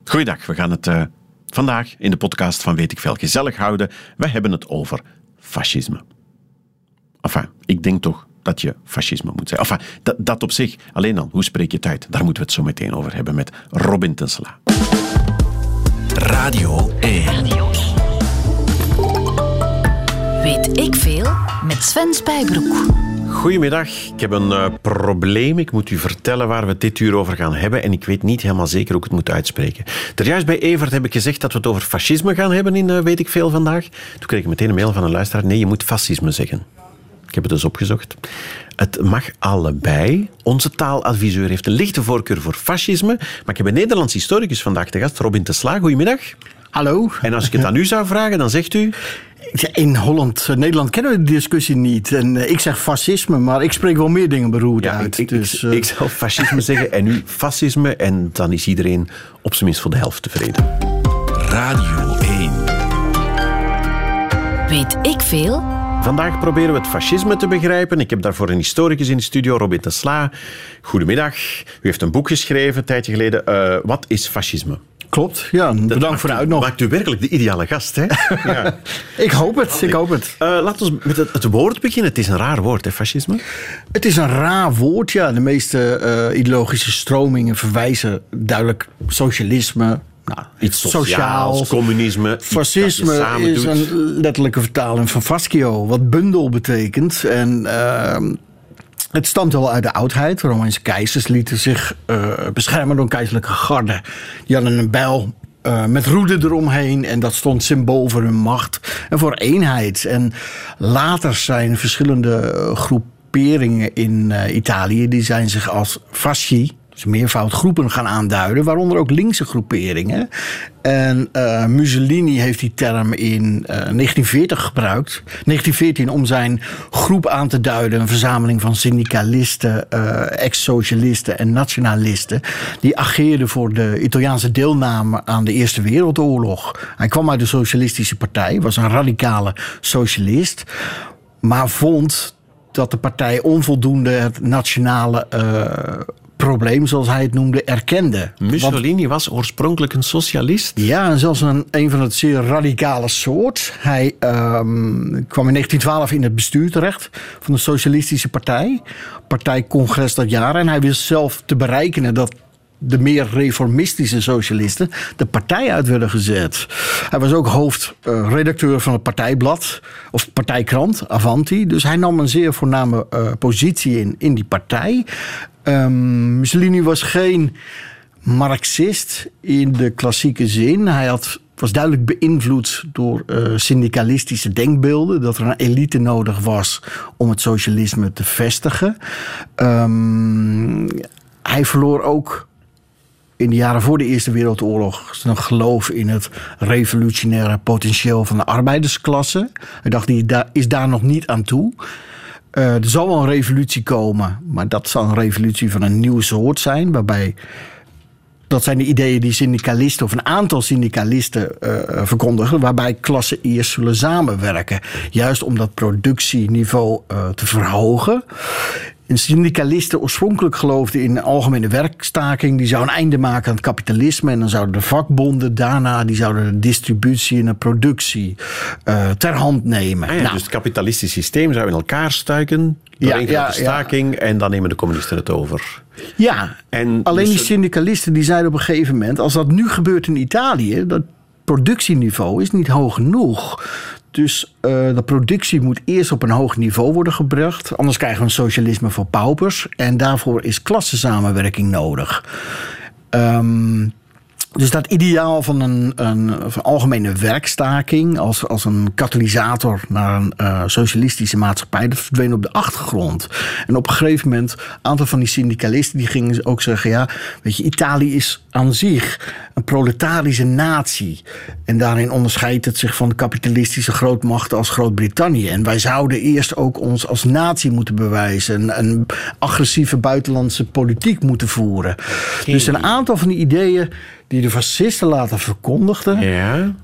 Goeiedag, we gaan het vandaag in de podcast van Weet ik Veel gezellig houden. We hebben het over fascisme. Enfin, ik denk toch dat je fascisme moet zeggen. Enfin, dat op zich, alleen dan, hoe spreek je het uit? Daar moeten we het zo meteen over hebben met Robin ten Sla. Radio 1. Weet ik veel met Sven Spijbroek. Goedemiddag, ik heb een probleem. Ik moet u vertellen waar we het dit uur over gaan hebben en ik weet niet helemaal zeker hoe ik het moet uitspreken. Juist bij Evert heb ik gezegd dat we het over fascisme gaan hebben in Weet ik Veel vandaag. Toen kreeg ik meteen een mail van een luisteraar. Nee, je moet fascisme zeggen. Ik heb het dus opgezocht. Het mag allebei. Onze taaladviseur heeft een lichte voorkeur voor fascisme, maar ik heb een Nederlands historicus vandaag te gast, Robin ten Sla. Goedemiddag. Hallo. En als ik het aan u zou vragen, dan zegt u... In Nederland kennen we de discussie niet. En ik zeg fascisme, maar ik spreek wel meer dingen beroerd uit. Ik zal fascisme zeggen en u fascisme. En dan is iedereen op zijn minst voor de helft tevreden. Radio 1. Weet ik veel? Vandaag proberen we het fascisme te begrijpen. Ik heb daarvoor een historicus in de studio, Robin ten Sla. Goedemiddag. U heeft een boek geschreven een tijdje geleden. Wat is fascisme? Klopt, ja. Bedankt voor de uitnodiging. Maakt u werkelijk de ideale gast, hè? Ja. Ik hoop het. Laten we met het woord beginnen. Het is een raar woord, hè, fascisme? Het is een raar woord, ja. De meeste ideologische stromingen verwijzen duidelijk socialisme. Nou, iets sociaals, communisme. Fascisme is een letterlijke vertaling van fascio, wat bundel betekent. En het stamt wel uit de oudheid. De Romeinse keizers lieten zich beschermen door een keizerlijke garde. Die hadden een bijl met roeden eromheen. En dat stond symbool voor hun macht en voor eenheid. En later zijn verschillende groeperingen in Italië, die zijn zich als fasci, dus meervoud groepen, gaan aanduiden, waaronder ook linkse groeperingen. En Mussolini heeft die term in 1940 gebruikt. 1914 om zijn groep aan te duiden. Een verzameling van syndicalisten, ex-socialisten en nationalisten. Die ageerden voor de Italiaanse deelname aan de Eerste Wereldoorlog. Hij kwam uit de Socialistische Partij, was een radicale socialist. Maar vond dat de partij onvoldoende het nationale probleem, zoals hij het noemde, erkende. Mussolini was oorspronkelijk een socialist? Ja, en zelfs een van het zeer radicale soort. Hij kwam in 1912 in het bestuur terecht van de Socialistische Partij. Partijcongres dat jaar. En hij wist zelf te bereiken dat de meer reformistische socialisten de partij uit werden gezet. Hij was ook hoofdredacteur van het partijblad, of partijkrant, Avanti. Dus hij nam een zeer voorname positie in die partij. Mussolini was geen Marxist in de klassieke zin. Hij was duidelijk beïnvloed door syndicalistische denkbeelden, dat er een elite nodig was om het socialisme te vestigen. Hij verloor ook in de jaren voor de Eerste Wereldoorlog zijn geloof in het revolutionaire potentieel van de arbeidersklasse. Hij dacht, die is daar nog niet aan toe. Er zal wel een revolutie komen, maar dat zal een revolutie van een nieuw soort zijn, waarbij, dat zijn de ideeën die syndicalisten of een aantal syndicalisten verkondigen, waarbij klassen eerst zullen samenwerken, juist om dat productieniveau te verhogen. En syndicalisten oorspronkelijk geloofden in een algemene werkstaking. Die zou een einde maken aan het kapitalisme. En dan zouden de vakbonden daarna die zouden de distributie en de productie ter hand nemen. Dus het kapitalistisch systeem zou in elkaar stuiken door een grote staking. En dan nemen de communisten het over. Ja, en alleen dus die syndicalisten die zeiden op een gegeven moment, als dat nu gebeurt in Italië, dat productieniveau is niet hoog genoeg. Dus de productie moet eerst op een hoog niveau worden gebracht. Anders krijgen we een socialisme voor paupers. En daarvoor is klassensamenwerking nodig. Dus dat ideaal van een algemene werkstaking als een katalysator naar een socialistische maatschappij, dat verdween op de achtergrond. En op een gegeven moment, een aantal van die syndicalisten die gingen ook zeggen, ja, weet je, Italië is aan zich een proletarische natie. En daarin onderscheidt het zich van de kapitalistische grootmachten als Groot-Brittannië. En wij zouden eerst ook ons als natie moeten bewijzen. Een agressieve buitenlandse politiek moeten voeren. Dus een aantal van die ideeën die de fascisten later verkondigden,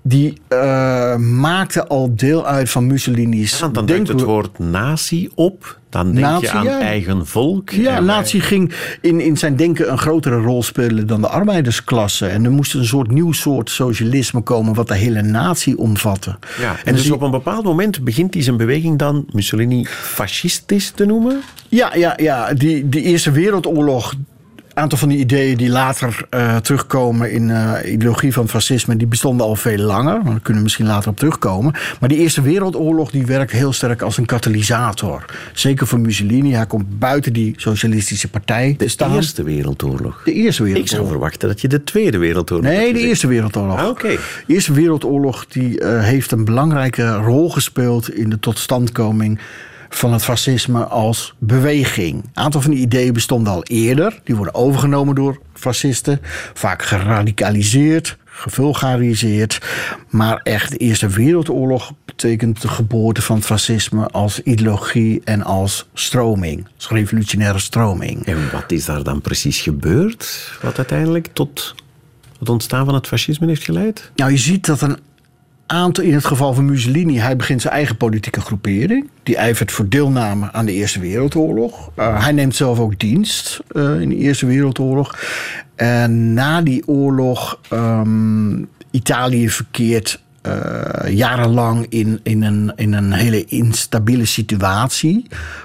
die maakte al deel uit van Mussolini's... Dan duikt het woord nazi op. Dan denk je aan eigen volk. Ja, nazi ging in zijn denken een grotere rol spelen dan de arbeidersklasse. En er moest een soort nieuw soort socialisme komen wat de hele natie omvatte. Ja, en dus op een bepaald moment begint hij zijn beweging dan Mussolini fascistisch te noemen? Ja. Die Eerste Wereldoorlog... Een aantal van die ideeën die later terugkomen in ideologie van het fascisme... die bestonden al veel langer. Daar kunnen we misschien later op terugkomen. Maar die Eerste Wereldoorlog die werkt heel sterk als een katalysator. Zeker voor Mussolini. Hij komt buiten die socialistische partij te staan. De Eerste Wereldoorlog? De Eerste Wereldoorlog. Ik zou verwachten dat je de Tweede Wereldoorlog... Nee, de Eerste Wereldoorlog. Oké. De Eerste Wereldoorlog die, heeft een belangrijke rol gespeeld... in de totstandkoming... van het fascisme als beweging. Een aantal van die ideeën bestonden al eerder. Die worden overgenomen door fascisten. Vaak geradicaliseerd, gevulgariseerd. Maar echt de Eerste Wereldoorlog betekent de geboorte van het fascisme... als ideologie en als stroming. Als revolutionaire stroming. En wat is daar dan precies gebeurd? Wat uiteindelijk tot het ontstaan van het fascisme heeft geleid? Nou, je ziet dat een aantal, in het geval van Mussolini, hij begint zijn eigen politieke groepering. Die ijvert voor deelname aan de Eerste Wereldoorlog. Hij neemt zelf ook dienst in de Eerste Wereldoorlog. En na die oorlog, Italië verkeert jarenlang in een hele instabiele situatie.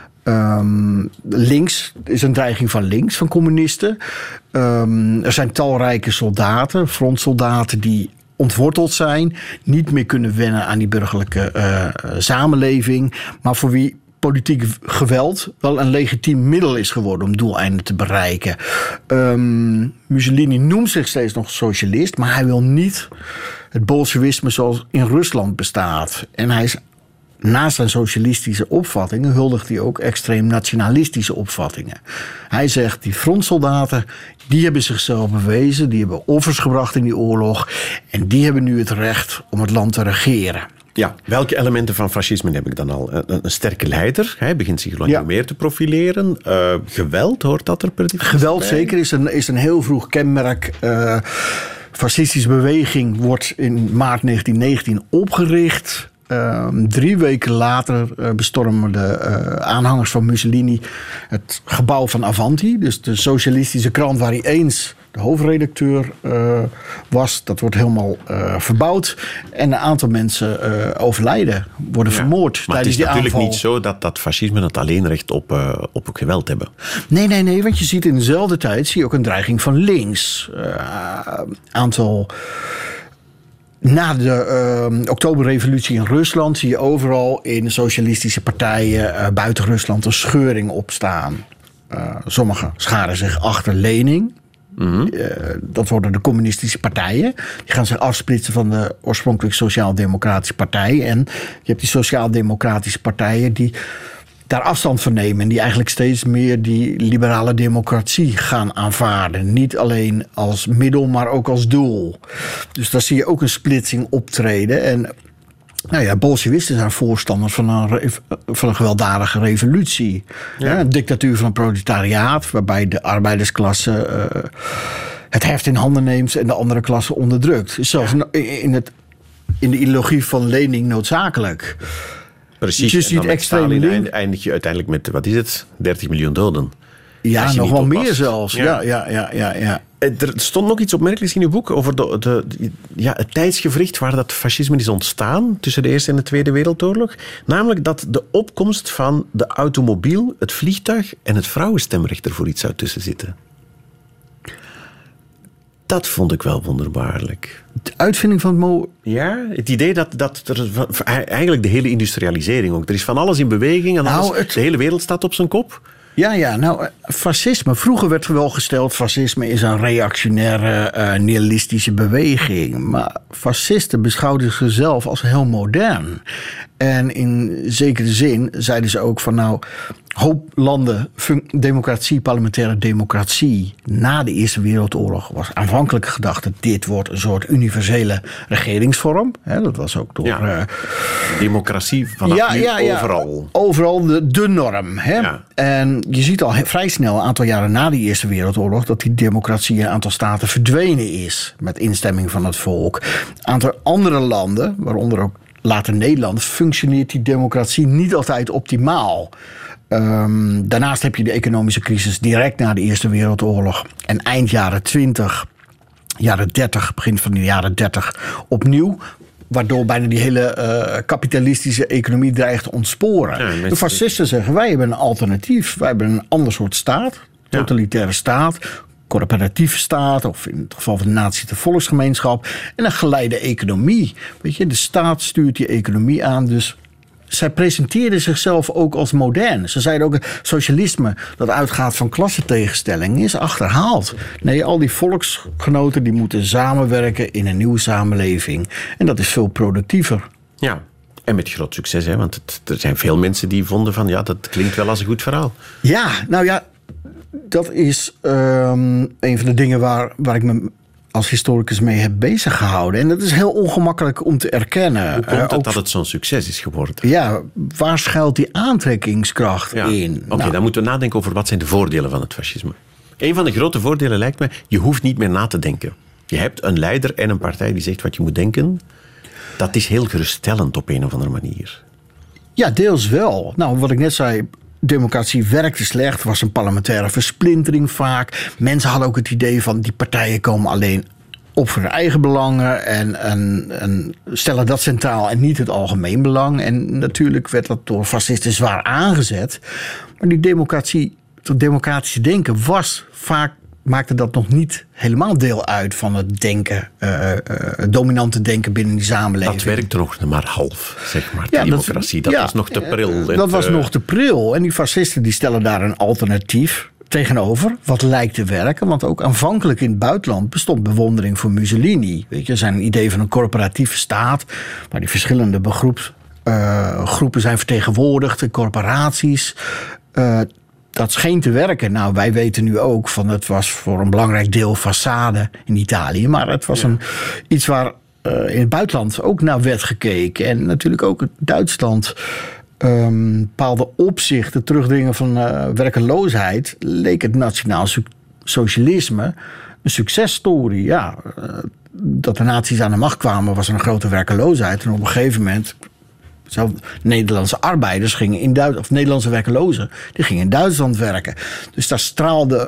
Links is een dreiging van links, van communisten. Er zijn talrijke soldaten, frontsoldaten die ontworteld zijn, niet meer kunnen wennen aan die burgerlijke samenleving, maar voor wie politiek geweld wel een legitiem middel is geworden om doeleinden te bereiken. Mussolini noemt zich steeds nog socialist, maar hij wil niet het bolsjewisme zoals in Rusland bestaat. En hij is naast zijn socialistische opvattingen huldigt hij ook extreem nationalistische opvattingen. Hij zegt, die frontsoldaten, die hebben zichzelf bewezen, die hebben offers gebracht in die oorlog en die hebben nu het recht om het land te regeren. Ja, welke elementen van fascisme heb ik dan al? Een sterke leider, hij begint zich nog meer te profileren. Geweld, hoort dat er per definitie Geweld bij? zeker is een heel vroeg kenmerk. Fascistische beweging wordt in maart 1919 opgericht. 3 weken later bestormen de aanhangers van Mussolini het gebouw van Avanti. Dus de socialistische krant waar hij eens de hoofdredacteur was. Dat wordt helemaal verbouwd. En een aantal mensen overlijden, worden vermoord maar tijdens die aanval. Het is natuurlijk niet zo dat fascisme het alleen recht op geweld hebben. Nee, want je ziet in dezelfde tijd zie je ook een dreiging van links. Aantal... Na de Oktoberrevolutie in Rusland zie je overal in socialistische partijen buiten Rusland een scheuring opstaan. Sommigen scharen zich achter Lenin. Mm-hmm. Dat worden de communistische partijen. Die gaan zich afsplitsen van de oorspronkelijk Sociaal-Democratische Partij. En je hebt die Sociaal-Democratische partijen die daar afstand van nemen. En die eigenlijk steeds meer die liberale democratie gaan aanvaarden. Niet alleen als middel, maar ook als doel. Dus daar zie je ook een splitsing optreden. En nou ja, bolsjewisten zijn voorstanders van een gewelddadige revolutie. Ja. Een dictatuur van een proletariaat, waarbij de arbeidersklasse het heft in handen neemt en de andere klasse onderdrukt. Is zelfs in de ideologie van Lenin noodzakelijk. Precies, je ziet extreem link. Eindig je uiteindelijk met, wat is het, 30 miljoen doden. Ja, nog wel meer zelfs. Ja. Er stond nog iets opmerkelijks in uw boek over het tijdsgewricht waar dat fascisme is ontstaan tussen de Eerste en de Tweede Wereldoorlog. Namelijk dat de opkomst van de automobiel, het vliegtuig en het vrouwenstemrecht er voor iets zou tussen zitten. Dat vond ik wel wonderbaarlijk. De uitvinding van Ja, het idee dat er eigenlijk de hele industrialisering ook. Er is van alles in beweging en de hele wereld staat op zijn kop. Ja, fascisme. Vroeger werd wel gesteld, fascisme is een reactionaire, nihilistische beweging. Maar fascisten beschouwden zichzelf als heel modern. En in zekere zin zeiden ze ook van hoop landen, parlementaire democratie na de Eerste Wereldoorlog was aanvankelijk gedacht dat dit wordt een soort universele regeringsvorm. Dat was ook door... democratie vanaf nu overal. Overal de norm. Ja. En je ziet al vrij snel, een aantal jaren na de Eerste Wereldoorlog, dat die democratie in een aantal staten verdwenen is met instemming van het volk. Een aantal andere landen, waaronder ook later Nederland, functioneert die democratie niet altijd optimaal. Daarnaast heb je de economische crisis direct na de Eerste Wereldoorlog en eind jaren 20, jaren 30, begin van de jaren 30 opnieuw. Waardoor bijna die hele kapitalistische economie dreigt te ontsporen. Ja, de fascisten zeggen, wij hebben een alternatief. Wij hebben een ander soort staat. Totalitaire staat. Corporatieve staat. Of in het geval van de natie de volksgemeenschap. En een geleide economie. Weet je, de staat stuurt die economie aan. Dus zij presenteerden zichzelf ook als modern. Ze zeiden ook, socialisme dat uitgaat van klassentegenstelling is achterhaald. Nee, al die volksgenoten die moeten samenwerken in een nieuwe samenleving. En dat is veel productiever. Ja, en met groot succes, hè? Want er zijn veel mensen die vonden van, dat klinkt wel als een goed verhaal. Ja, nou ja, dat is een van de dingen waar ik me als historicus mee heb bezig gehouden. En dat is heel ongemakkelijk om te erkennen. Hoe komt het dat het zo'n succes is geworden? Ja, waar schuilt die aantrekkingskracht in? Oké, dan moeten we nadenken over wat zijn de voordelen van het fascisme. Een van de grote voordelen lijkt me, je hoeft niet meer na te denken. Je hebt een leider en een partij die zegt wat je moet denken. Dat is heel geruststellend op een of andere manier. Ja, deels wel. Nou, wat ik net zei, democratie werkte slecht, was een parlementaire versplintering vaak. Mensen hadden ook het idee van die partijen komen alleen op voor hun eigen belangen en stellen dat centraal en niet het algemeen belang. En natuurlijk werd dat door fascisten zwaar aangezet. Maar die democratische denken was vaak, maakte dat nog niet helemaal deel uit van het denken, het dominante denken binnen die samenleving. Dat werkte nog maar half, zeg maar, de democratie. Dat was nog te pril. Dat was nog te pril. En die fascisten die stellen daar een alternatief tegenover, wat lijkt te werken. Want ook aanvankelijk in het buitenland bestond bewondering voor Mussolini. Weet je, zijn idee van een corporatieve staat, waar die verschillende groepen zijn vertegenwoordigd, de corporaties. Dat scheen te werken. Nou, wij weten nu ook van het was voor een belangrijk deel façade in Italië. Maar het was iets waar in het buitenland ook naar werd gekeken. En natuurlijk ook in Duitsland bepaalde opzichten, terugdringen van werkeloosheid, leek het nationaal socialisme een successtory. Ja, dat de nazi's aan de macht kwamen was er een grote werkeloosheid. En op een gegeven moment, Nederlandse arbeiders gingen of Nederlandse werkelozen, die gingen in Duitsland werken. Dus daar straalde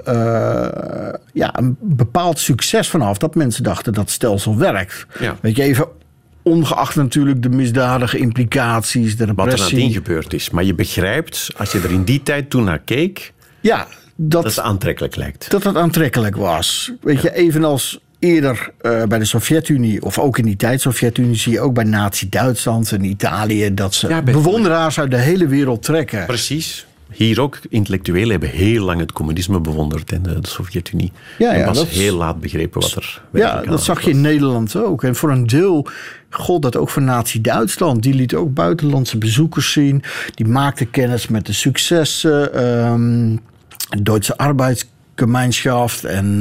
een bepaald succes vanaf dat mensen dachten dat het stelsel werkt. Ja. Weet je, even ongeacht natuurlijk de misdadige implicaties, de repressie. Wat er nadien gebeurd is. Maar je begrijpt, als je er in die tijd toen naar keek, dat het aantrekkelijk lijkt. Dat het aantrekkelijk was. Weet je, evenals eerder bij de Sovjet-Unie, of ook in die tijd Sovjet-Unie, zie je ook bij Nazi-Duitsland en Italië dat ze bewonderaars uit de hele wereld trekken. Precies. Hier ook, intellectuelen hebben heel lang het communisme bewonderd en de Sovjet-Unie. En was heel laat begrepen wat er werkelijk dat zag je in Nederland ook. En voor een deel gold dat ook voor Nazi-Duitsland. Die liet ook buitenlandse bezoekers zien. Die maakten kennis met de successen. De Duitse arbeidsgemeenschap en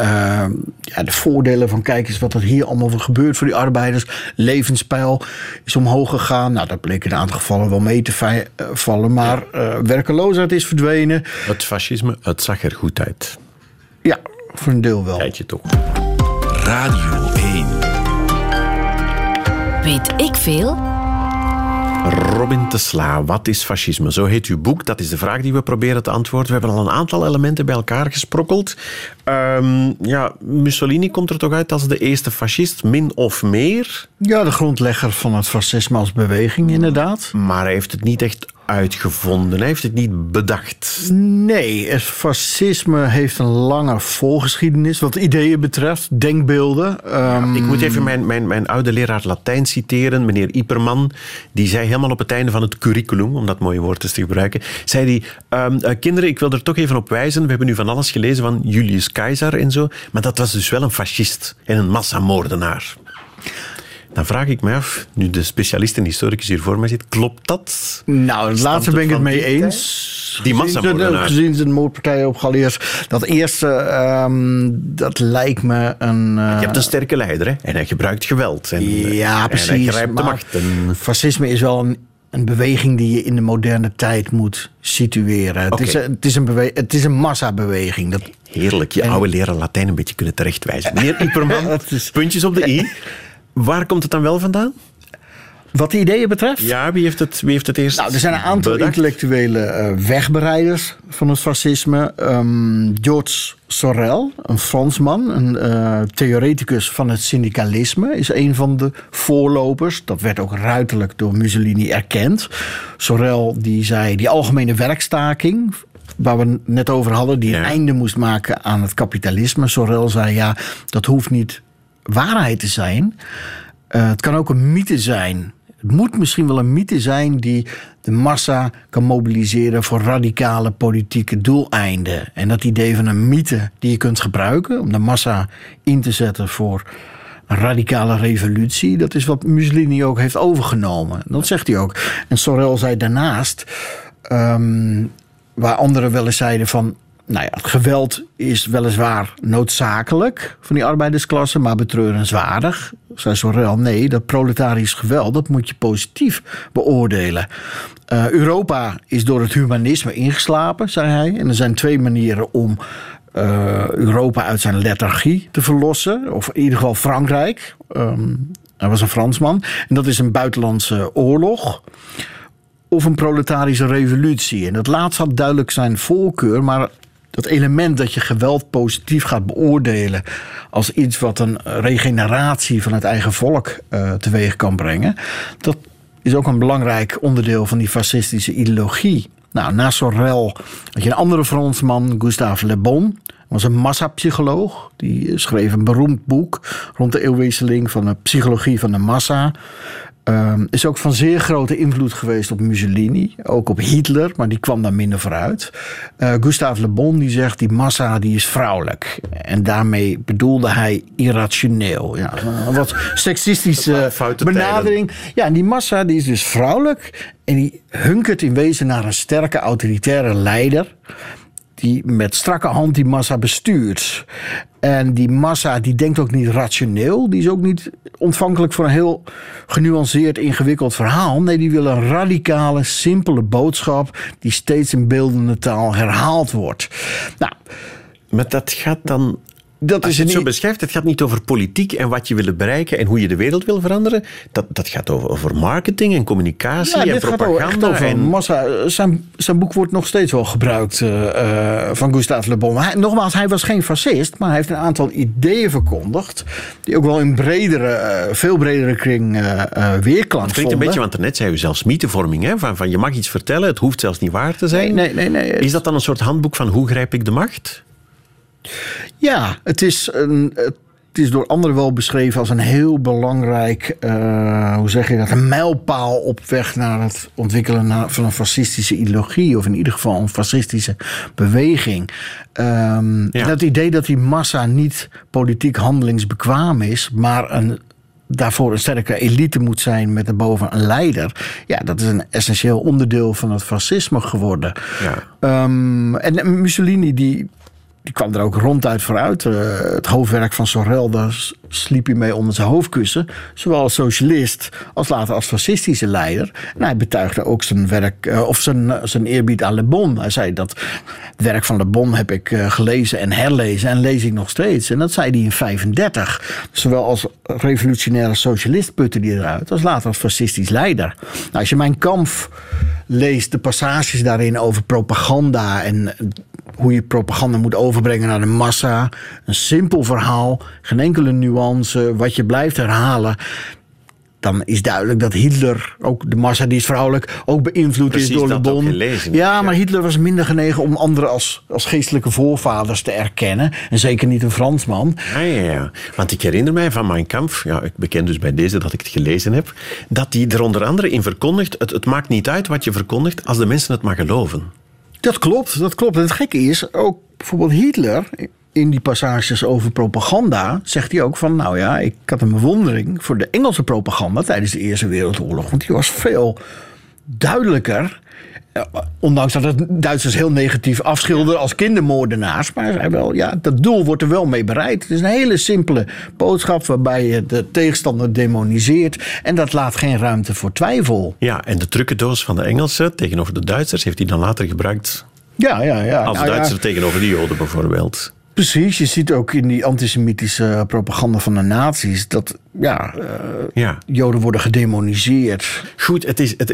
de voordelen van kijk eens wat er hier allemaal gebeurt voor die arbeiders. Levenspeil is omhoog gegaan. Nou, dat bleek in een aantal gevallen wel mee te vallen. Maar werkeloosheid is verdwenen. Het fascisme, het zag er goed uit. Ja, voor een deel wel. Kijk je toch. Radio 1. Weet ik veel? Robin te Sla, wat is fascisme? Zo heet uw boek. Dat is de vraag die we proberen te antwoorden. We hebben al een aantal elementen bij elkaar gesprokkeld. Mussolini komt er toch uit als de eerste fascist, min of meer? Ja, de grondlegger van het fascisme als beweging, inderdaad. Maar hij heeft het niet echt uitgevonden. Hij heeft het niet bedacht. Nee, het fascisme heeft een lange voorgeschiedenis wat ideeën betreft, denkbeelden. Ik moet even mijn oude leraar Latijn citeren, meneer Ieperman. Die zei helemaal op het einde van het curriculum, om dat mooie woord eens te gebruiken, zei hij, kinderen, ik wil er toch even op wijzen, we hebben nu van alles gelezen van Julius Caesar en zo, maar dat was dus wel een fascist en een massamoordenaar. Dan vraag ik me af, nu de specialist en historicus hier voor mij zit, klopt dat? Nou, het laatste ben ik het mee eens. Die massamoordenaar. Gezien zijn moordpartijen op Galliërs. Dat eerste, dat lijkt me een... Je hebt een sterke leider, hè? En hij gebruikt geweld. Ja, precies. En hij grijpt de macht. Fascisme is wel een beweging die je in de moderne tijd moet situeren. Okay. Het is een massabeweging. Heerlijk, je oude leraar Latijn een beetje kunnen terechtwijzen. Meneer Ieperman, puntjes op de i. Waar komt het dan wel vandaan? Wat de ideeën betreft? Ja, wie heeft het eerst er zijn een aantal intellectuele wegbereiders van het fascisme. Georges Sorel, een Fransman, een theoreticus van het syndicalisme, is een van de voorlopers. Dat werd ook ruiterlijk door Mussolini erkend. Sorel die zei, die algemene werkstaking, waar we het net over hadden, die een einde moest maken aan het kapitalisme. Sorel zei, ja, dat hoeft niet waarheid te zijn. Het kan ook een mythe zijn. Het moet misschien wel een mythe zijn die de massa kan mobiliseren voor radicale politieke doeleinden. En dat idee van een mythe die je kunt gebruiken om de massa in te zetten voor een radicale revolutie, dat is wat Mussolini ook heeft overgenomen. Dat zegt hij ook. En Sorel zei daarnaast, waar anderen wel eens zeiden van, nou ja, het geweld is weliswaar noodzakelijk van die arbeidersklasse, maar betreurenswaardig. Zei Sorel, nee, dat proletarisch geweld, dat moet je positief beoordelen. Europa is door het humanisme ingeslapen, zei hij. En er zijn 2 manieren om Europa uit zijn lethargie te verlossen. Of in ieder geval Frankrijk. Hij was een Fransman. En dat is een buitenlandse oorlog of een proletarische revolutie. En dat laatste had duidelijk zijn voorkeur, maar dat element dat je geweld positief gaat beoordelen als iets wat een regeneratie van het eigen volk teweeg kan brengen, dat is ook een belangrijk onderdeel van die fascistische ideologie. Nou, na Sorel had je een andere Fransman, Gustave Le Bon. Was een massapsycholoog. Die schreef een beroemd boek rond de eeuwwisseling van de psychologie van de massa. Is ook van zeer grote invloed geweest op Mussolini. Ook op Hitler, maar die kwam daar minder vooruit. Gustave Le Bon die zegt, die massa die is vrouwelijk. En daarmee bedoelde hij irrationeel. Ja, een wat seksistische benadering. Ja, en die massa die is dus vrouwelijk. En die hunkert in wezen naar een sterke autoritaire leider die met strakke hand die massa bestuurt. En die massa die denkt ook niet rationeel. Die is ook niet ontvankelijk voor een heel genuanceerd, ingewikkeld verhaal. Nee, die wil een radicale, simpele boodschap die steeds in beeldende taal herhaald wordt. Nou, maar dat gaat dan, als je het zo beschrijft, het gaat niet over politiek en wat je wil bereiken en hoe je de wereld wil veranderen. Dat gaat over marketing en communicatie en propaganda. Over massa. Zijn boek wordt nog steeds wel gebruikt van Gustave Le Bon. Nogmaals, hij was geen fascist, maar hij heeft een aantal ideeën verkondigd die ook wel in veel bredere kring weerklank vonden. Het klinkt een beetje, want daarnet zei u zelfs mythevorming. Hè? Van je mag iets vertellen, het hoeft zelfs niet waar te zijn. Nee. Is dat dan een soort handboek van hoe grijp ik de macht? Ja, het is door anderen wel beschreven als een heel belangrijk, een mijlpaal op weg naar het ontwikkelen van een fascistische ideologie, of in ieder geval een fascistische beweging. Dat idee dat die massa niet politiek handelingsbekwaam is, maar daarvoor een sterke elite moet zijn met daarboven een leider. Ja, dat is een essentieel onderdeel van het fascisme geworden. Ja. En Mussolini die kwam er ook ronduit vooruit. Het hoofdwerk van Sorel, daar sliep hij mee onder zijn hoofdkussen. Zowel als socialist als later als fascistische leider. En hij betuigde ook zijn werk, of zijn eerbied aan Le Bon. Hij zei dat het werk van Le Bon heb ik gelezen en herlezen en lees ik nog steeds. En dat zei hij in 1935. Zowel als revolutionaire socialist putte hij eruit, als later als fascistisch leider. Nou, als je Mein Kampf leest, de passages daarin over propaganda en hoe je propaganda moet overbrengen naar de massa. Een simpel verhaal, geen enkele nuance, wat je blijft herhalen. Dan is duidelijk dat Hitler, ook de massa die is vrouwelijk, ook beïnvloed is door Le Bon. Ja, maar Hitler was minder genegen om anderen als geestelijke voorvaders te erkennen. En zeker niet een Fransman. Ja. Want ik herinner mij van Mein Kampf, ik beken dus bij deze dat ik het gelezen heb, dat hij er onder andere in verkondigt, het maakt niet uit wat je verkondigt als de mensen het maar geloven. Dat klopt. En het gekke is, ook bijvoorbeeld Hitler, in die passages over propaganda, zegt hij ook van, ik had een bewondering voor de Engelse propaganda tijdens de Eerste Wereldoorlog. Want die was veel duidelijker ondanks dat het Duitsers heel negatief afschilderden als kindermoordenaars. Maar hij zei wel, ja, dat doel wordt er wel mee bereikt. Het is een hele simpele boodschap waarbij je de tegenstander demoniseert. En dat laat geen ruimte voor twijfel. Ja, en de trucendoos van de Engelsen tegenover de Duitsers heeft hij dan later gebruikt. Ja. Als Duitser tegenover de Joden bijvoorbeeld. Precies, je ziet ook in die antisemitische propaganda van de nazi's dat Joden worden gedemoniseerd. Goed,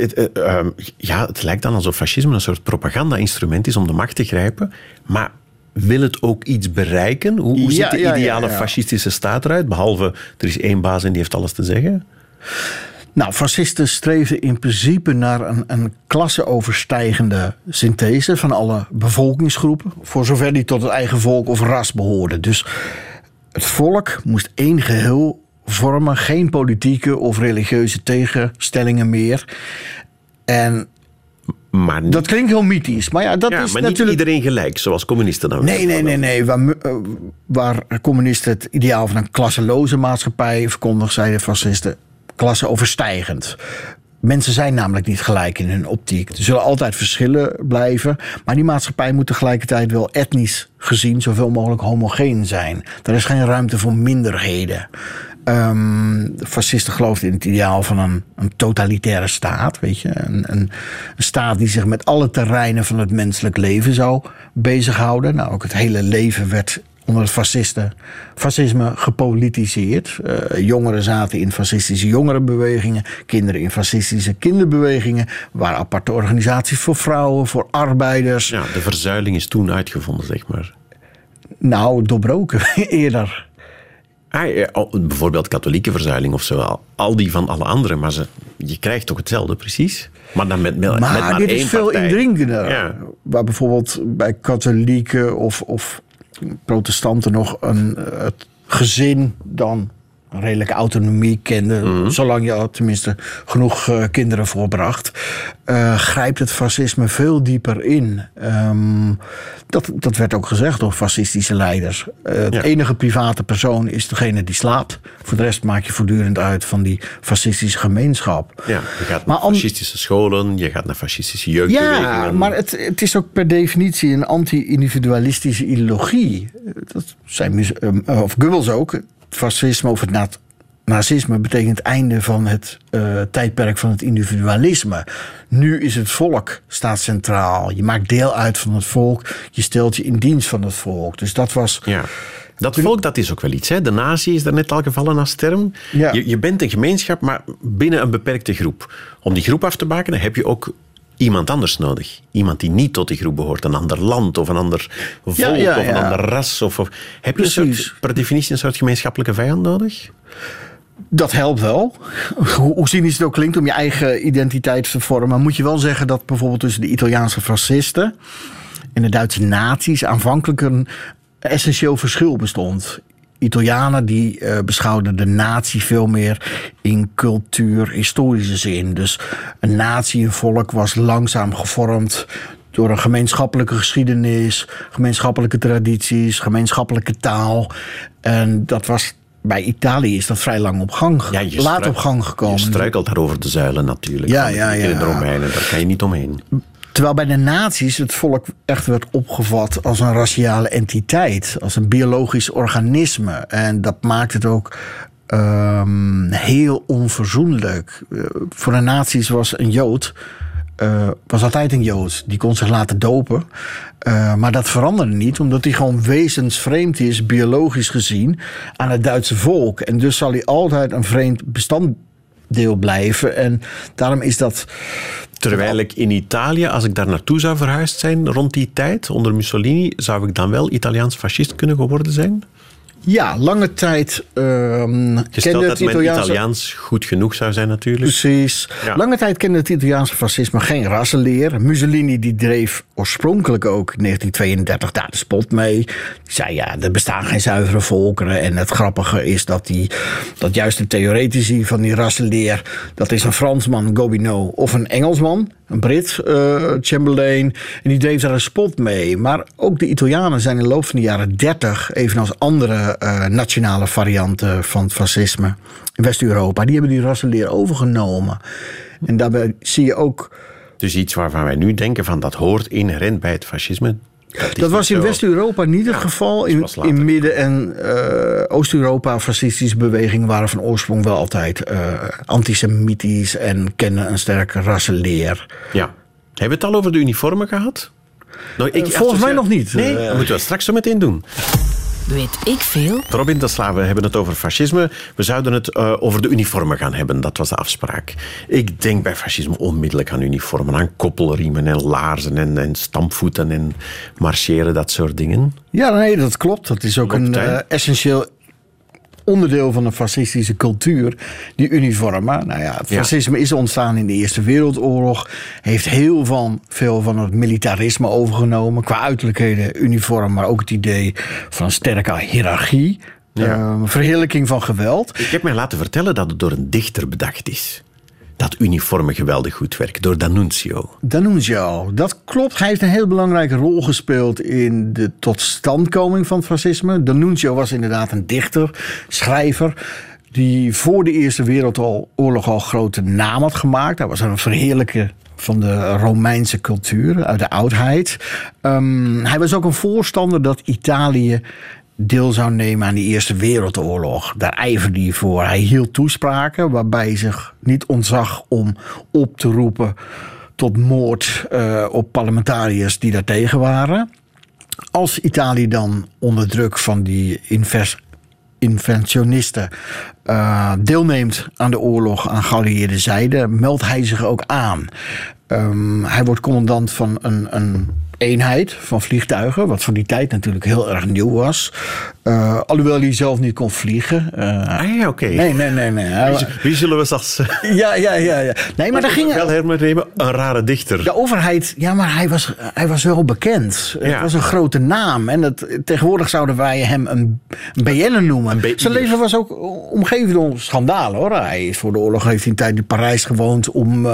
het lijkt dan alsof fascisme een soort propaganda-instrument is om de macht te grijpen. Maar wil het ook iets bereiken? Hoe ziet de ideale fascistische staat eruit? Behalve, er is één baas en die heeft alles te zeggen. Nou, fascisten streefden in principe naar een klasseoverstijgende synthese van alle bevolkingsgroepen, voor zover die tot het eigen volk of ras behoorden. Dus het volk moest één geheel vormen, geen politieke of religieuze tegenstellingen meer. En maar dat klinkt heel mythisch, maar dat is maar natuurlijk niet iedereen gelijk, zoals communisten dan. Nee. Waar communisten het ideaal van een klasseloze maatschappij verkondigen, zeiden fascisten klasseoverstijgend. Mensen zijn namelijk niet gelijk in hun optiek. Er zullen altijd verschillen blijven. Maar die maatschappij moet tegelijkertijd wel etnisch gezien zoveel mogelijk homogeen zijn. Er is geen ruimte voor minderheden. De fascisten geloofden in het ideaal van een totalitaire staat. Weet je? Een staat die zich met alle terreinen van het menselijk leven zou bezighouden. Nou, ook het hele leven werd onder het fascisme gepolitiseerd. Jongeren zaten in fascistische jongerenbewegingen. Kinderen in fascistische kinderbewegingen. Er waren aparte organisaties voor vrouwen, voor arbeiders. Ja, de verzuiling is toen uitgevonden, zeg maar. Nou, doorbroken eerder. Bijvoorbeeld katholieke verzuiling of zo. Al die van alle anderen. Maar je krijgt toch hetzelfde, precies? Maar dan met maar dit één is veel partij. indringender. Ja. Waar bijvoorbeeld bij katholieken of protestanten nog het gezin dan een redelijke autonomie kende, zolang je tenminste genoeg kinderen voorbracht, grijpt het fascisme veel dieper in. Dat werd ook gezegd door fascistische leiders. Het enige private persoon is degene die slaapt. Voor de rest maak je voortdurend uit van die fascistische gemeenschap. Ja, je gaat naar fascistische scholen, je gaat naar fascistische jeugdbewegingen. Ja, maar het is ook per definitie een anti-individualistische ideologie. Dat zei Goebbels ook. Het fascisme of het nazisme betekent het einde van het tijdperk van het individualisme. Nu is het volk staat centraal. Je maakt deel uit van het volk. Je stelt je in dienst van het volk. Dus dat was... Ja. Dat volk, dat is ook wel iets. Hè? De natie is daar net al gevallen als term. Ja. Je bent een gemeenschap, maar binnen een beperkte groep. Om die groep af te bakenen heb je ook iemand anders nodig. Iemand die niet tot die groep behoort. Een ander land of een ander volk of een ander ras. Heb je per definitie een soort gemeenschappelijke vijand nodig? Dat helpt wel. Hoe cynisch het ook klinkt om je eigen identiteit te vormen. Maar moet je wel zeggen dat bijvoorbeeld tussen de Italiaanse fascisten en de Duitse nazi's aanvankelijk een essentieel verschil bestond. Italianen die beschouwden de natie veel meer in cultuur-historische zin. Dus een natie, een volk, was langzaam gevormd door een gemeenschappelijke geschiedenis, gemeenschappelijke tradities, gemeenschappelijke taal. En dat was... Bij Italië is dat vrij lang op gang gekomen. Je struikelt daar over de zuilen natuurlijk. Ja. De Romeinen, daar kan je niet omheen. Terwijl bij de nazi's het volk echt werd opgevat als een raciale entiteit. Als een biologisch organisme. En dat maakt het ook heel onverzoenlijk. Voor de nazi's was een Jood... was altijd een Jood. Die kon zich laten dopen. Maar dat veranderde niet, omdat hij gewoon wezensvreemd is, biologisch gezien, aan het Duitse volk. En dus zal hij altijd een vreemd bestanddeel blijven. En daarom is dat... Terwijl ik in Italië, als ik daar naartoe zou verhuisd zijn rond die tijd, onder Mussolini, zou ik dan wel Italiaans fascist kunnen geworden zijn? Ja, lange tijd Gesteld dat mijn Italiaans goed genoeg zou zijn natuurlijk. Precies. Ja. Lange tijd kende het Italiaanse fascisme geen rassenleer. Mussolini die dreef oorspronkelijk ook in 1932 daar de spot mee. Die zei er bestaan geen zuivere volkeren. En het grappige is dat juist de theoretici van die rassenleer, dat is een Fransman, Gobineau, of een Engelsman, een Brit, Chamberlain. En die dreef daar een spot mee. Maar ook de Italianen zijn in de loop van de jaren 30, evenals andere nationale varianten van het fascisme in West-Europa, die hebben die rassenleer overgenomen. En daarbij zie je ook Dus iets waarvan wij nu denken van dat hoort inherent bij het fascisme. Dat was in West-Europa niet het geval. In Midden- en Oost-Europa fascistische bewegingen waren van oorsprong wel altijd antisemitisch en kennen een sterke rassenleer. Ja. Hebben we het al over de uniformen gehad? Nou, volgens mij nog niet. Nee, dat moeten we straks zo meteen doen. Weet ik veel? Robin de Slaaf, we hebben het over fascisme. We zouden het over de uniformen gaan hebben. Dat was de afspraak. Ik denk bij fascisme onmiddellijk aan uniformen. Aan koppelriemen en laarzen en stampvoeten en marcheren, dat soort dingen. Ja, nee, dat klopt. Dat is ook een essentieel onderdeel van de fascistische cultuur, die uniformen. Nou ja, het fascisme is ontstaan in de Eerste Wereldoorlog. Heeft veel van het militarisme overgenomen. Qua uiterlijkheden, uniform, maar ook het idee van een sterke hiërarchie. Verheerlijking van geweld. Ik heb mij laten vertellen dat het door een dichter bedacht is. Dat uniformen geweldig goed werkt, door D'Annunzio. D'Annunzio, dat klopt. Hij heeft een heel belangrijke rol gespeeld in de totstandkoming van het fascisme. D'Annunzio was inderdaad een dichter, schrijver, die voor de Eerste Wereldoorlog al grote naam had gemaakt. Hij was een verheerlijker van de Romeinse cultuur uit de oudheid. Hij was ook een voorstander dat Italië deel zou nemen aan de Eerste Wereldoorlog. Daar ijverde hij voor. Hij hield toespraken waarbij hij zich niet ontzag om op te roepen tot moord op parlementariërs die daartegen waren. Als Italië dan onder druk van die interventionisten deelneemt aan de oorlog aan geallieerde zijde, meldt hij zich ook aan. Hij wordt commandant van een eenheid van vliegtuigen, wat voor die tijd natuurlijk heel erg nieuw was. Alhoewel hij zelf niet kon vliegen. Oké. Nee. Wie zullen we zelfs... Ja. Nee, maar daar ging wel hernemen, een rare dichter. De overheid, ja, maar hij was wel bekend. Ja. Het was een grote naam. En tegenwoordig zouden wij hem een BN'er noemen. Zijn leven was ook omgeven door schandalen, hoor. Voor de oorlog heeft hij een tijd in Parijs gewoond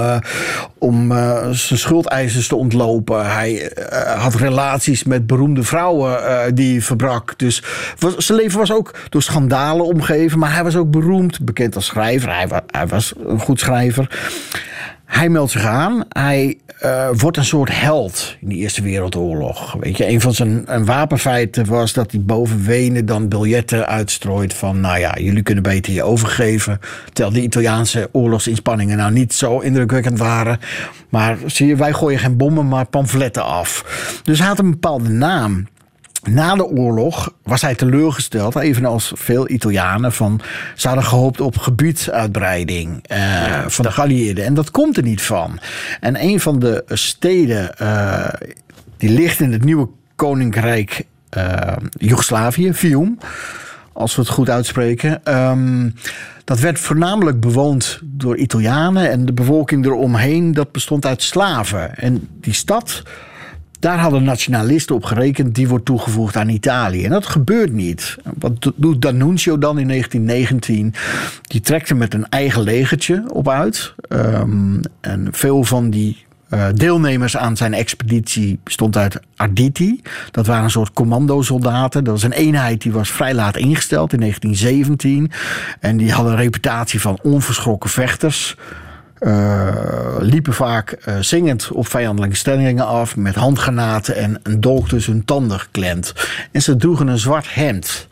om zijn schuldeisers te ontlopen. Hij had relaties met beroemde vrouwen die hij verbrak. Dus zijn leven was ook door schandalen omgeven. Maar hij was ook beroemd, bekend als schrijver. Hij was een goed schrijver. Hij meldt zich aan. Hij wordt een soort held in de Eerste Wereldoorlog. Weet je, een van zijn wapenfeiten was dat hij boven Wenen dan biljetten uitstrooit van, nou ja, jullie kunnen beter je overgeven. Terwijl de Italiaanse oorlogsinspanningen nou niet zo indrukwekkend waren. Maar zie je, wij gooien geen bommen, maar pamfletten af. Dus hij had een bepaalde naam. Na de oorlog was hij teleurgesteld, evenals veel Italianen, ze hadden gehoopt op gebiedsuitbreiding van de geallieerden. En dat komt er niet van. En een van de steden die ligt in het nieuwe koninkrijk Joegoslavië, Fiume, als we het goed uitspreken. Dat werd voornamelijk bewoond door Italianen en de bevolking eromheen, dat bestond uit slaven. En die stad, daar hadden nationalisten op gerekend, die wordt toegevoegd aan Italië. En dat gebeurt niet. Wat doet D'Annunzio dan in 1919? Die trekt er met een eigen legertje op uit. En veel van die deelnemers aan zijn expeditie bestond uit Arditi. Dat waren een soort commandosoldaten. Dat was een eenheid die was vrij laat ingesteld in 1917. En die hadden een reputatie van onverschrokken vechters. Liepen vaak zingend op vijandelijke stellingen af met handgranaten en een dolk tussen hun tanden geklemd. En ze droegen een zwart hemd.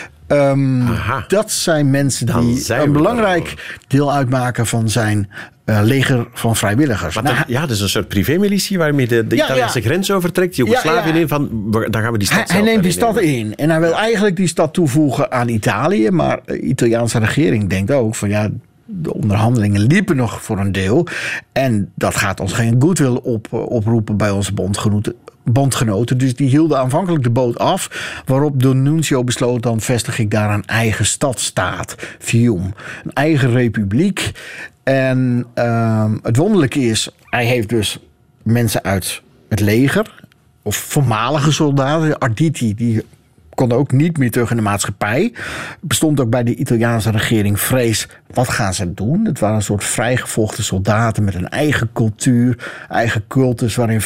Dat zijn mensen die een belangrijk deel uitmaken van zijn leger van vrijwilligers. Dat is een soort privémilitie waarmee de Italiaanse grens overtrekt. Joegoslavië in van, dan gaan we die stad Hij neemt die stad in. En hij wil eigenlijk die stad toevoegen aan Italië. Maar de Italiaanse regering denkt ook van de onderhandelingen liepen nog voor een deel. En dat gaat ons geen goodwill oproepen bij onze bondgenoten. Dus die hielden aanvankelijk de boot af. Waarop D'Annunzio besloot, dan vestig ik daar een eigen stadstaat. Fiume. Een eigen republiek. En het wonderlijke is, hij heeft dus mensen uit het leger. Of voormalige soldaten. Arditi, die konden ook niet meer terug in de maatschappij. Bestond ook bij de Italiaanse regering vrees, wat gaan ze doen? Het waren een soort vrijgevochten soldaten met een eigen cultuur, eigen cultus waarin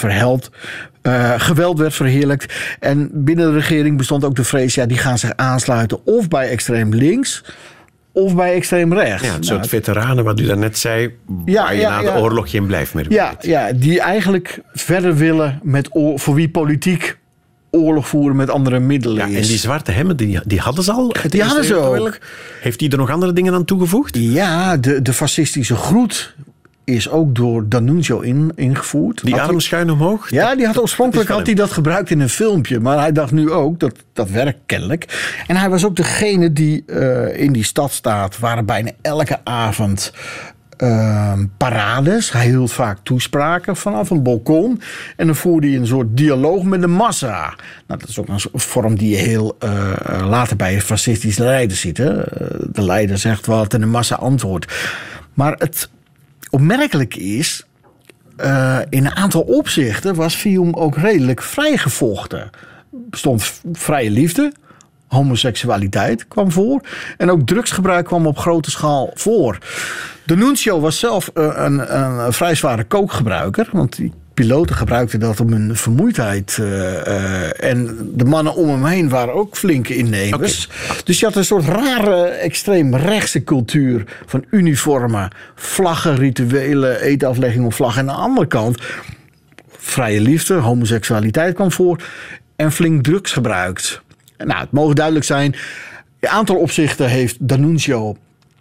geweld werd verheerlijkt. En binnen de regering bestond ook de vrees, die gaan zich aansluiten of bij extreem links of bij extreem rechts. Ja, het soort veteranen wat u daarnet zei, waar je na de oorlog geen blijf meer weet. Ja, die eigenlijk verder willen met voor wie politiek oorlog voeren met andere middelen is. En die zwarte hemmen, die hadden ze al? Die hadden ze ook. Heeft hij er nog andere dingen aan toegevoegd? Ja, de fascistische groet is ook door D'Annunzio ingevoerd. Die arm schuin omhoog? Ja, die had oorspronkelijk had hij dat gebruikt in een filmpje. Maar hij dacht nu ook, dat werkt kennelijk. En hij was ook degene die in die stad staat, waren bijna elke avond parades. Hij hield vaak toespraken vanaf een balkon. En dan voerde hij een soort dialoog met de massa. Nou, dat is ook een vorm die je heel later bij een fascistische leider ziet. Hè? De leider zegt wat en de massa antwoordt. Maar het opmerkelijk is, in een aantal opzichten was Fayum ook redelijk vrijgevochten. Er bestond vrije liefde, homoseksualiteit kwam voor en ook drugsgebruik kwam op grote schaal voor. D'Annunzio was zelf een vrij zware kookgebruiker, want die piloten gebruikten dat om hun vermoeidheid. En de mannen om hem heen waren ook flinke innemers. Okay. Dus je had een soort rare, extreem rechtse cultuur van uniformen, vlaggen, rituelen, eetaflegging op vlag. En aan de andere kant, vrije liefde, homoseksualiteit kwam voor en flink drugs gebruikt. Nou, het mogen duidelijk zijn, in een aantal opzichten heeft D'Annunzio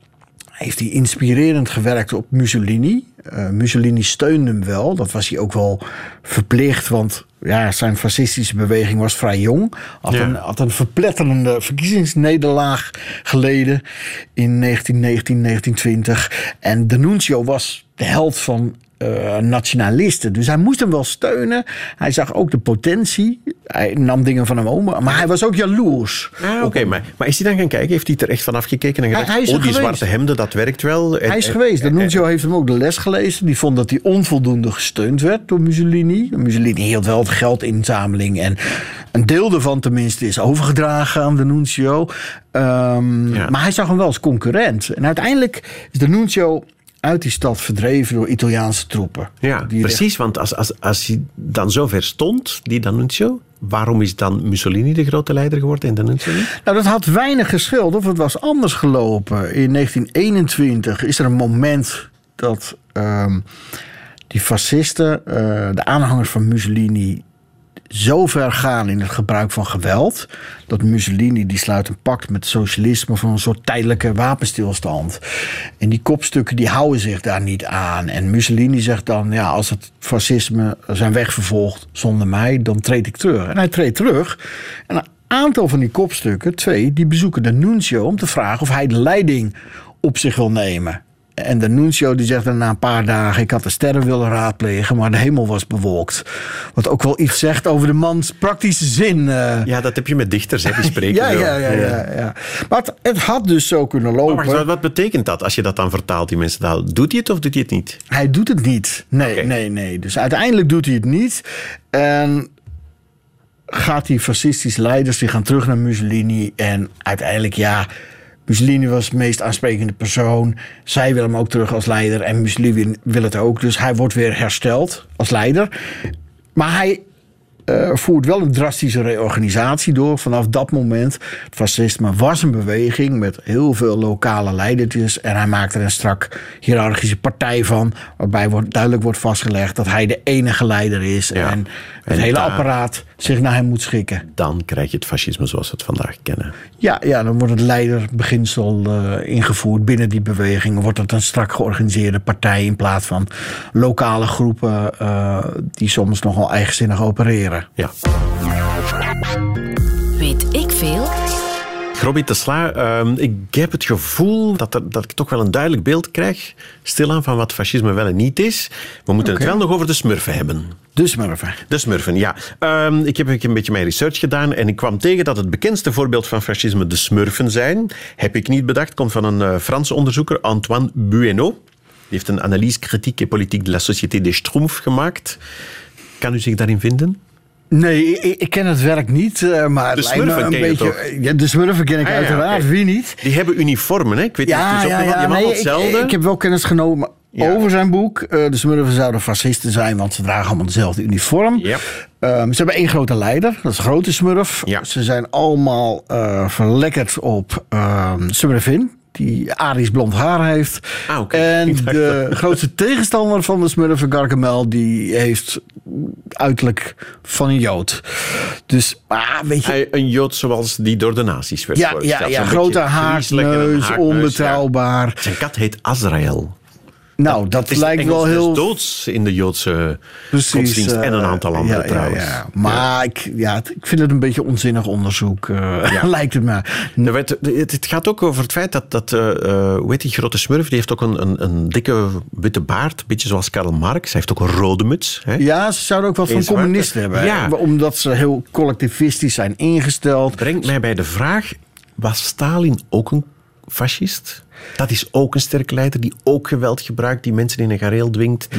inspirerend gewerkt op Mussolini. Mussolini steunde hem wel. Dat was hij ook wel verplicht. Want zijn fascistische beweging was vrij jong. Had een verpletterende verkiezingsnederlaag geleden in 1919, 1920. En D'Annunzio was de held van nationalisten. Dus hij moest hem wel steunen. Hij zag ook de potentie. Hij nam dingen van hem over. Maar hij was ook jaloers. Oké, maar is hij dan gaan kijken? Heeft hij er echt van afgekeken en gedacht, die zwarte hemden, dat werkt wel? Hij is geweest. D'Annunzio heeft hem ook de les gelezen. Die vond dat hij onvoldoende gesteund werd door Mussolini. Mussolini hield wel het geldinzameling en een deel ervan tenminste is overgedragen aan D'Annunzio. Maar hij zag hem wel als concurrent. En uiteindelijk is D'Annunzio uit die stad verdreven door Italiaanse troepen. Ja, precies. Want als hij dan zo ver stond, die D'Annunzio, waarom is dan Mussolini de grote leider geworden en D'Annunzio niet? Nou, dat had weinig gescheeld of het was anders gelopen. In 1921 is er een moment dat die fascisten, de aanhangers van Mussolini, zo ver gaan in het gebruik van geweld, dat Mussolini die sluit een pact met socialisme voor een soort tijdelijke wapenstilstand. En die kopstukken die houden zich daar niet aan. En Mussolini zegt dan, als het fascisme zijn weg vervolgt zonder mij, dan treed ik terug. En hij treedt terug. En een aantal van die kopstukken, 2, die bezoeken D'Annunzio om te vragen of hij de leiding op zich wil nemen. En D'Annunzio die zegt dan na een paar dagen, ik had de sterren willen raadplegen, maar de hemel was bewolkt. Wat ook wel iets zegt over de mans praktische zin. Ja, dat heb je met dichters, hè, die spreken. Ja. Maar het had dus zo kunnen lopen. Maar wat betekent dat als je dat dan vertaalt, die mensen taal? Doet hij het of doet hij het niet? Hij doet het niet. Nee. Dus uiteindelijk doet hij het niet. En gaat die fascistische leiders, die gaan terug naar Mussolini. En uiteindelijk, Mussolini was de meest aansprekende persoon. Zij wil hem ook terug als leider. En Mussolini wil het ook. Dus hij wordt weer hersteld als leider. Maar hij voert wel een drastische reorganisatie door. Vanaf dat moment, het fascisme was een beweging met heel veel lokale leidertjes. En hij maakt er een strak hiërarchische partij van. Waarbij duidelijk wordt vastgelegd dat hij de enige leider is. Ja. En het hele apparaat zich naar hem moet schikken. Dan krijg je het fascisme zoals we het vandaag kennen. Ja, dan wordt het leiderbeginsel ingevoerd binnen die beweging. Wordt het een strak georganiseerde partij in plaats van lokale groepen die soms nogal eigenzinnig opereren. Ja. Weet ik veel? Robby Tesla, ik heb het gevoel dat ik toch wel een duidelijk beeld krijg, stilaan, van wat fascisme wel en niet is. We moeten het wel nog over de smurfen hebben. De smurfen, ja. Ik heb een beetje mijn research gedaan en ik kwam tegen dat het bekendste voorbeeld van fascisme de smurfen zijn. Heb ik niet bedacht, komt van een Franse onderzoeker, Antoine Bueno. Die heeft een analyse critique et politique de la société des Schtroumpfs gemaakt. Kan u zich daarin vinden? Nee, ik ken het werk niet, maar de smurfen ken je toch? Ja, de smurfen ken ik uiteraard, okay. Wie niet? Die hebben uniformen, hè? Ik weet niet of het is allemaal hetzelfde. Ik heb wel kennis genomen over zijn boek. De smurfen zouden fascisten zijn, want ze dragen allemaal dezelfde uniform. Yep. Ze hebben één grote leider, dat is een grote smurf. Ja. Ze zijn allemaal verlekkerd op Smurfin. die Arisch blond haar heeft. Okay. En de grootste tegenstander van de Smurfen, Gargamel, die heeft uiterlijk van een Jood. Dus, weet je... Een Jood zoals die door de nazi's werd voorgesteld. Ja, grote haakneus, onbetrouwbaar. Ja. Zijn kat heet Azrael. Nou, dat lijkt Engels wel heel... doods in de Joodse godsdienst en een aantal andere trouwens. Ja. Maar ik vind het een beetje onzinnig onderzoek, lijkt het me. Het gaat ook over het feit dat hoe heet die grote smurf, die heeft ook een dikke witte baard, een beetje zoals Karl Marx. Hij heeft ook een rode muts. Hè? Ja, ze zouden ook wel van communisten hebben. Ja. Omdat ze heel collectivistisch zijn ingesteld. Brengt mij bij de vraag, was Stalin ook een fascist? Dat is ook een sterke leider die ook geweld gebruikt, die mensen in een gareel dwingt.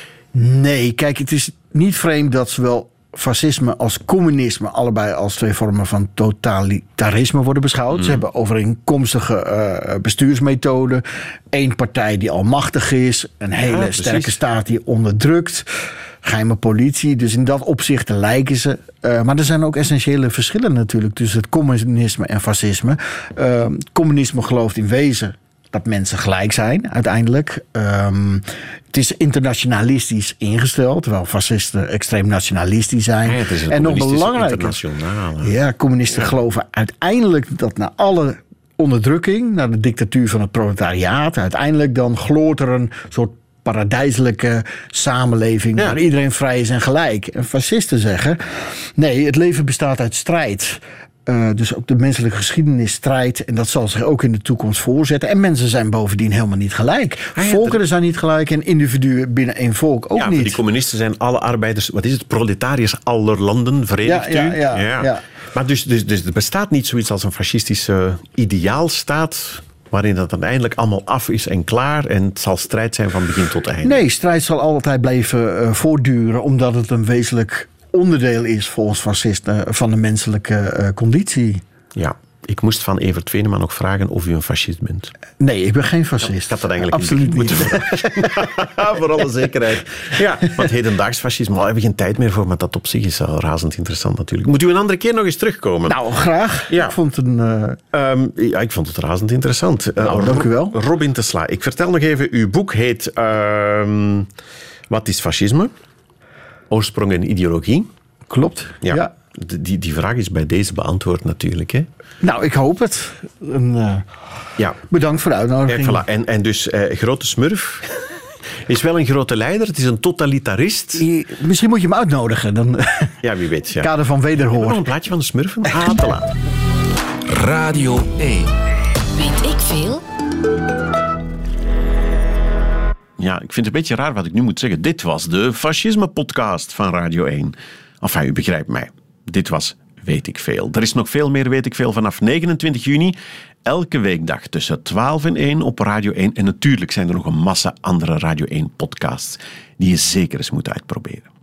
Nee, kijk, het is niet vreemd dat zowel fascisme als communisme allebei als twee vormen van totalitarisme worden beschouwd. Ze hebben overeenkomstige bestuursmethoden. Eén partij die almachtig is, een hele sterke staat die onderdrukt. Geheime politie, dus in dat opzicht lijken ze. Maar er zijn ook essentiële verschillen natuurlijk tussen het communisme en fascisme. Communisme gelooft in wezen dat mensen gelijk zijn, uiteindelijk. Het is internationalistisch ingesteld, terwijl fascisten extreem nationalistisch zijn. Ja, het is een en nog belangrijker, internationale. Ja, communisten geloven uiteindelijk dat na alle onderdrukking, na de dictatuur van het proletariaat, uiteindelijk dan gloort er een soort paradijselijke samenleving waar iedereen vrij is en gelijk. En fascisten zeggen, nee, het leven bestaat uit strijd. Dus ook de menselijke geschiedenis strijdt. En dat zal zich ook in de toekomst voorzetten. En mensen zijn bovendien helemaal niet gelijk. Volkeren zijn niet gelijk en individuen binnen één volk ook niet. Die communisten zijn alle arbeiders, wat is het, proletariërs aller landen, verenigt u? Ja. Maar dus er bestaat niet zoiets als een fascistische ideaalstaat waarin dat uiteindelijk allemaal af is en klaar en het zal strijd zijn van begin tot einde. Nee, strijd zal altijd blijven voortduren, omdat het een wezenlijk onderdeel is volgens fascisten van de menselijke conditie. Ja, ik moest van Evert Venema nog vragen of u een fascist bent. Nee, ik ben geen fascist. Ik had dat eigenlijk absoluut niet. Voor alle zekerheid. Ja, want hedendaags fascisme, daar hebben we geen tijd meer voor, maar dat op zich is al razend interessant natuurlijk. Moet u een andere keer nog eens terugkomen? Nou, graag. Ja. Ik vond ik vond het razend interessant. Dank u wel. Robin Tesla, ik vertel nog even, uw boek heet Wat is fascisme? Oorsprong en ideologie. Klopt, ja. Die vraag is bij deze beantwoord natuurlijk. Hè? Nou, ik hoop het. Bedankt voor de uitnodiging. Ja, voilà. En dus grote smurf is wel een grote leider. Het is een totalitarist. Misschien moet je hem uitnodigen. Dan ja, wie weet. Ja. Kader van wederhoor. Nog een plaatje van de smurfen? Te laat. Radio 1. Weet ik veel? Ja, ik vind het een beetje raar wat ik nu moet zeggen. Dit was de Fascisme-podcast van Radio 1. Enfin, u begrijpt mij. Dit was Weet ik Veel. Er is nog veel meer Weet ik Veel vanaf 29 juni. Elke weekdag tussen 12 en 1 op Radio 1. En natuurlijk zijn er nog een massa andere Radio 1-podcasts die je zeker eens moet uitproberen.